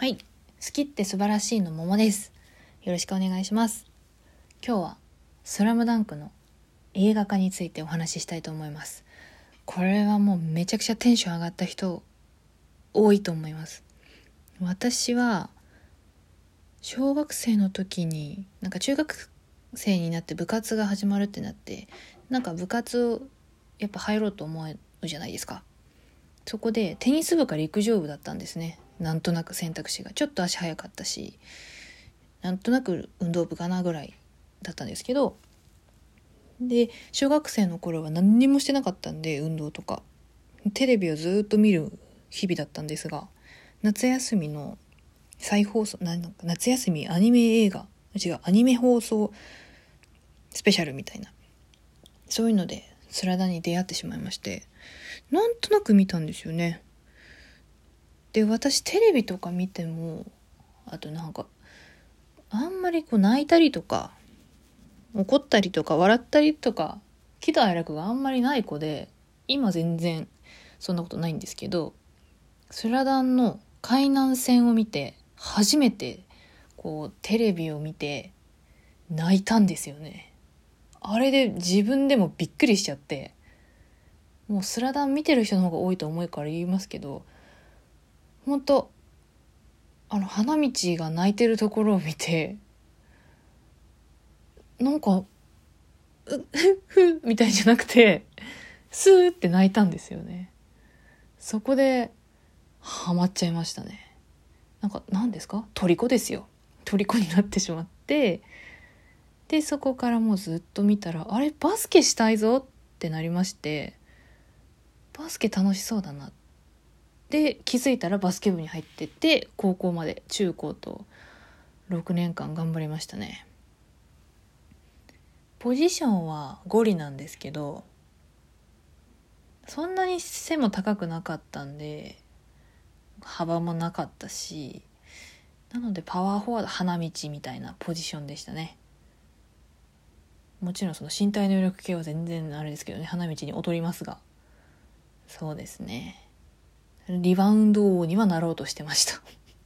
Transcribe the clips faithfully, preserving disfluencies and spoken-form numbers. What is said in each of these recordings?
はい、好きって素晴らしいの桃です。よろしくお願いします。今日はスラムダンクの映画化についてお話ししたいと思います。これはもうめちゃくちゃテンション上がった人多いと思います。私は小学生の時になんか中学生になって部活が始まるってなって、なんか部活をやっぱ入ろうと思うじゃないですか。そこでテニス部か陸上部だったんですね。なんとなく選択肢がちょっと足早かったし、なんとなく運動部かなぐらいだったんですけど、で小学生の頃は何にもしてなかったんで、運動とかテレビをずっと見る日々だったんですが、夏休みの再放送なんか夏休みアニメ映画違うアニメ放送スペシャルみたいな、そういうのでスラダンに出会ってしまいまして、なんとなく見たんですよね。で私テレビとか見ても、あとなんかあんまりこう泣いたりとか怒ったりとか笑ったりとか喜怒哀楽があんまりない子で、今全然そんなことないんですけど、スラダンの海南戦を見て初めてこうテレビを見て泣いたんですよね。あれで自分でもびっくりしちゃって、もうスラダン見てる人の方が多いと思うから言いますけど、本当あの花道が泣いてるところを見て、なんかうふみたいじゃなくてスーって泣いたんですよね。そこでハマっちゃいましたね。なんか何ですか、虜ですよ。虜になってしまって、でそこからもうずっと見たら、あれバスケしたいぞってなりまして、バスケ楽しそうだなで気づいたらバスケ部に入ってて、高校まで中高とろくねんかん頑張りましたね。ポジションはゴリなんですけど、そんなに背も高くなかったんで幅もなかったし、なのでパワーフォワード花道みたいなポジションでしたね。もちろんその身体能力系は全然あれですけどね、花道に劣りますが、そうですね、リバウンド王にはなろうとしてました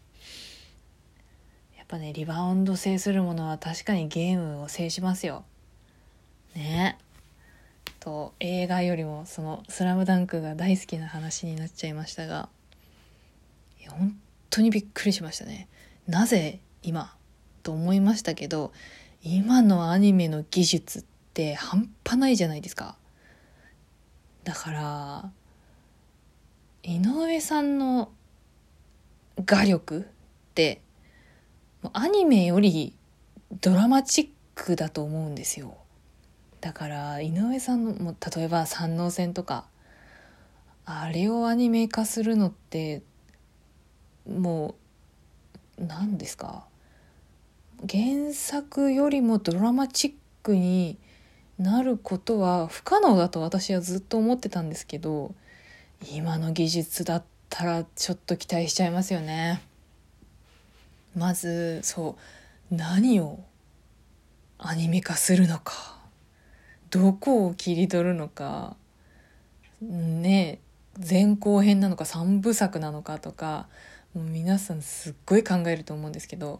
やっぱね、リバウンド制するものは確かにゲームを制しますよね。と映画よりもそのスラムダンクが大好きな話になっちゃいましたが、いや本当にびっくりしましたね。なぜ今と思いましたけど、今のアニメの技術って半端ないじゃないですか。だから井上さんの画力ってもうアニメよりドラマチックだと思うんですよ。だから井上さんのもう例えば三能線とか、あれをアニメ化するのってもう何ですか、原作よりもドラマチックになることは不可能だと私はずっと思ってたんですけど、今の技術だったらちょっと期待しちゃいますよね。まずそう何をアニメ化するのか、どこを切り取るのかね、前後編なのか三部作なのかとか、もう皆さんすっごい考えると思うんですけど、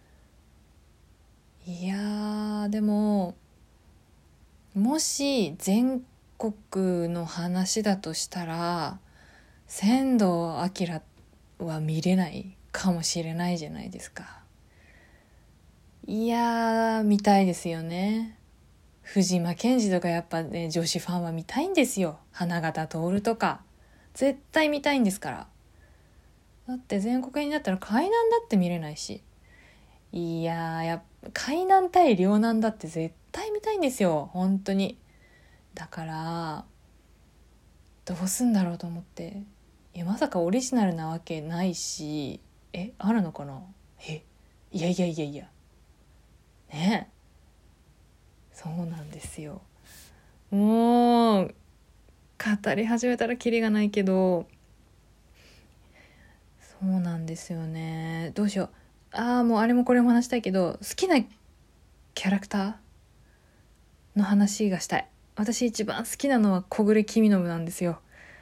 いやーでももし全国の話だとしたら千堂あきらは見れないかもしれないじゃないですか。いやー見たいですよね。藤間健児とかやっぱね、女子ファンは見たいんですよ。花形徹とか絶対見たいんですから。だって全国になったら海南だって見れないし、いやーやっぱ海南対両南だって絶対見たいんですよ本当に。だからどうすんだろうと思って、いやまさかオリジナルなわけないし、えあるのかな、えいやいやいやいやね、そうなんですよ。もう語り始めたらキリがないけど、そうなんですよね。どうしよう、ああもうあれもこれも話したいけど、好きなキャラクターの話がしたい。私一番好きなのは小暮公信なんですよ。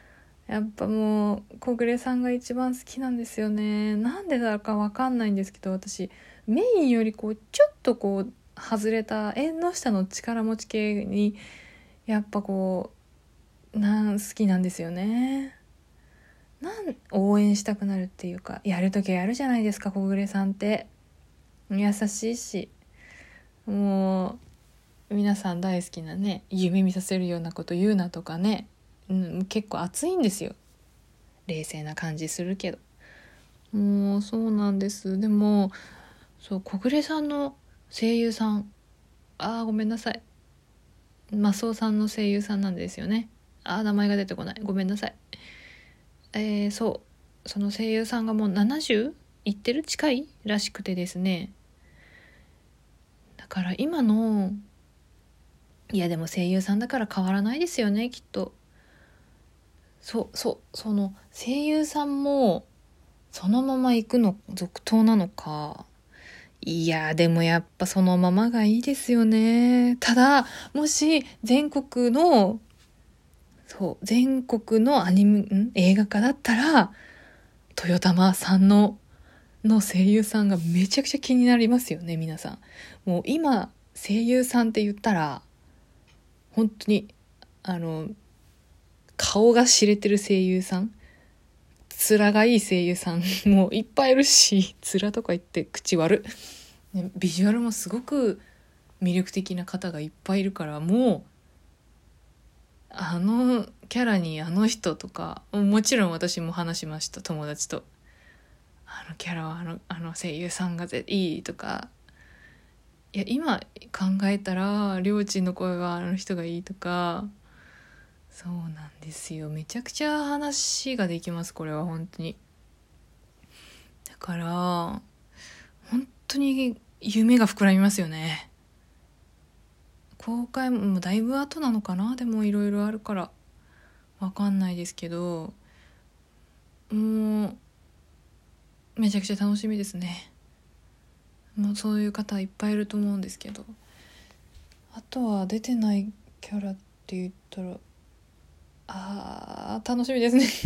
やっぱもう小暮さんが一番好きなんですよね。なんでだかわかんないんですけど、私メインよりこうちょっとこう外れた縁の下の力持ち系にやっぱこうなん好きなんですよね。なん応援したくなるっていうか、やるときやるじゃないですか、小暮さんって優しいし、もう皆さん大好きなね、夢見させるようなこと言うなとかね、うん、結構熱いんですよ。冷静な感じするけど、もうそうなんです。でもそう小暮さんの声優さん、あーごめんなさい、マスオさんの声優さんなんですよね。あー名前が出てこない、ごめんなさい。えー、そうその声優さんがもうななじゅういってる近いらしくてですね。だから今の、いやでも声優さんだから変わらないですよね、きっと。そうそうその声優さんもそのまま行くの続投なのか、いやでもやっぱそのままがいいですよね。ただもし全国のそう全国のアニメん映画化だったら豊玉さんのの声優さんがめちゃくちゃ気になりますよね、皆さん。もう今声優さんって言ったら本当にあの顔が知れてる声優さん、面がいい声優さんもういっぱいいるし、面とか言って口悪い、ね、ビジュアルもすごく魅力的な方がいっぱいいるから、もうあのキャラにあの人とか、もちろん私も話しました、友達と。あのキャラはあの、あの声優さんがいいとか、いや今考えたらりょーちんの声はあの人がいいとか、そうなんですよ。めちゃくちゃ話ができます、これは本当に。だから本当に夢が膨らみますよね。公開もだいぶ後なのかな、でもいろいろあるからわかんないですけど、もうめちゃくちゃ楽しみですね。もうそういう方いっぱいいると思うんですけど、あとは出てないキャラって言ったら、あー楽しみですね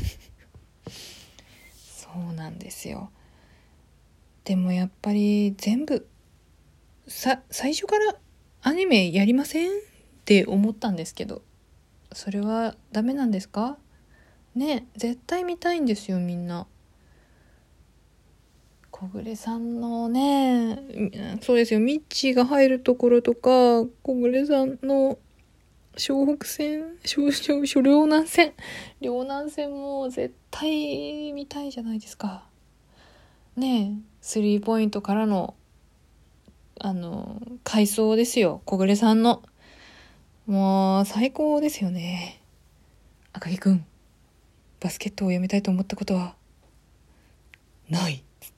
そうなんですよ。でもやっぱり全部さ最初からアニメやりませんって思ったんですけど、それはダメなんですかね。絶対見たいんですよ、みんな。小暮さんのね、そうですよ、ミッチーが入るところとか、小暮さんの湘北線、湘湘湘両南線両南線も絶対見たいじゃないですかね。えスリーポイントからのあの回想ですよ、小暮さんの。もう最高ですよね。赤木くん、バスケットをやめたいと思ったことはないっつって。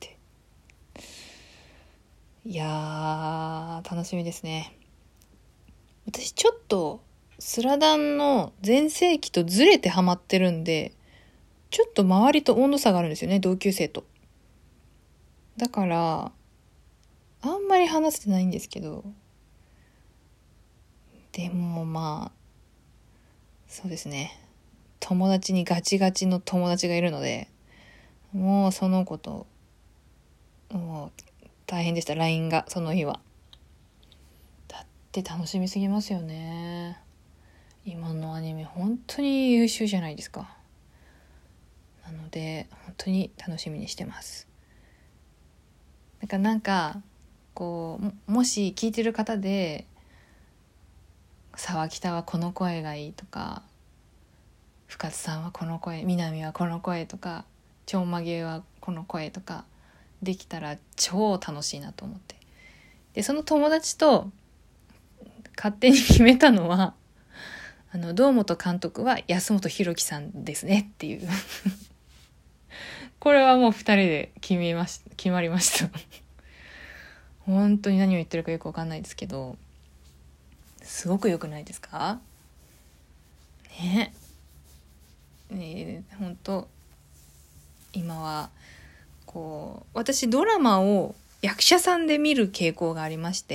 いやー楽しみですね。私ちょっとスラダンの全盛期とずれてハマってるんで、ちょっと周りと温度差があるんですよね、同級生と。だからあんまり話せてないんですけど、でもまあそうですね、友達にガチガチの友達がいるので、もうその子ともう大変でした、 ライン がその日は。だって楽しみすぎますよね。今のアニメ本当に優秀じゃないですか。なので本当に楽しみにしてます。なんかなんかこう も, もし聞いてる方で沢北はこの声がいいとか、深津さんはこの声、南はこの声とか、ちょんまげはこの声とかできたら超楽しいなと思って、でその友達と勝手に決めたのは、あの堂本監督は安本博樹さんですねっていうこれはもうふたりで決めまし決まりました本当に何を言ってるかよく分かんないですけど、すごく良くないですかね。ねえ、本当今はこう私ドラマを役者さんで見る傾向がありまして、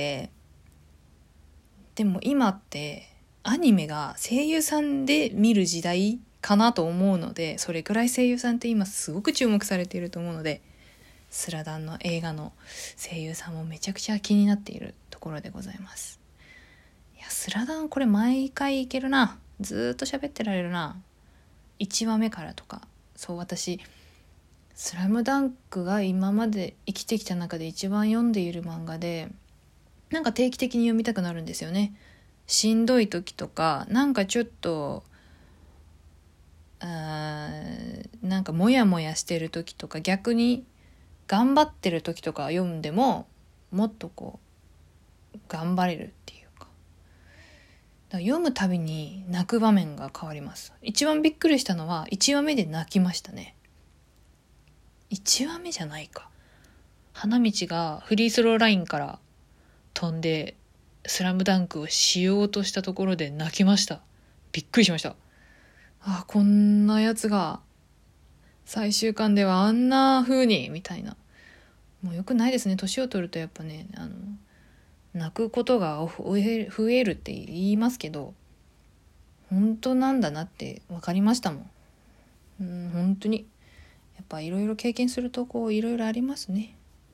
でも今ってアニメが声優さんで見る時代かなと思うので、それくらい声優さんって今すごく注目されていると思うので、スラダンの映画の声優さんもめちゃくちゃ気になっているところでございます。いやスラダンこれ毎回いけるな、ずーっと喋ってられるな。いちわめからとか、そう私スラムダンクが今まで生きてきた中で一番読んでいる漫画で、なんか定期的に読みたくなるんですよね。しんどい時とか、なんかちょっとあーなんかモヤモヤしてる時とか、逆に頑張ってる時とか読んでももっとこう頑張れるっていうか、だから読むたびに泣く場面が変わります。一番びっくりしたのはいちわめで泣きましたね。いちわめじゃないか、花道がフリースローラインから飛んでスラムダンクをしようとしたところで泣きました。びっくりしました。あ、こんなやつが最終巻ではあんな風にみたいな。もうよくないですね。年を取るとやっぱね、あの泣くことが増えるって言いますけど、本当なんだなって分かりましたもん。うん、本当にやっぱいろいろ経験するとこういろいろありますね。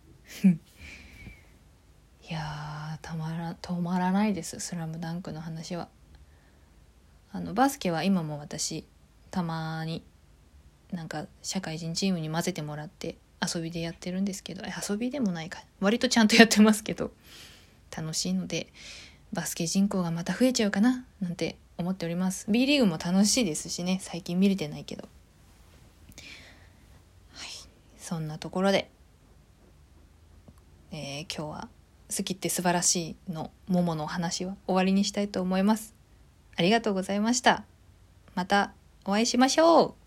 いやーたまら止まらないです、スラムダンクの話は。あのバスケは今も私たまになんか社会人チームに混ぜてもらって遊びでやってるんですけど、遊びでもないか、割とちゃんとやってますけど、楽しいのでバスケ人口がまた増えちゃうかななんて思っております。 B リーグも楽しいですしね、最近見れてないけど。はい、そんなところで、えー、今日は好きって素晴らしいのもものお話は終わりにしたいと思います。ありがとうございました。またお会いしましょう。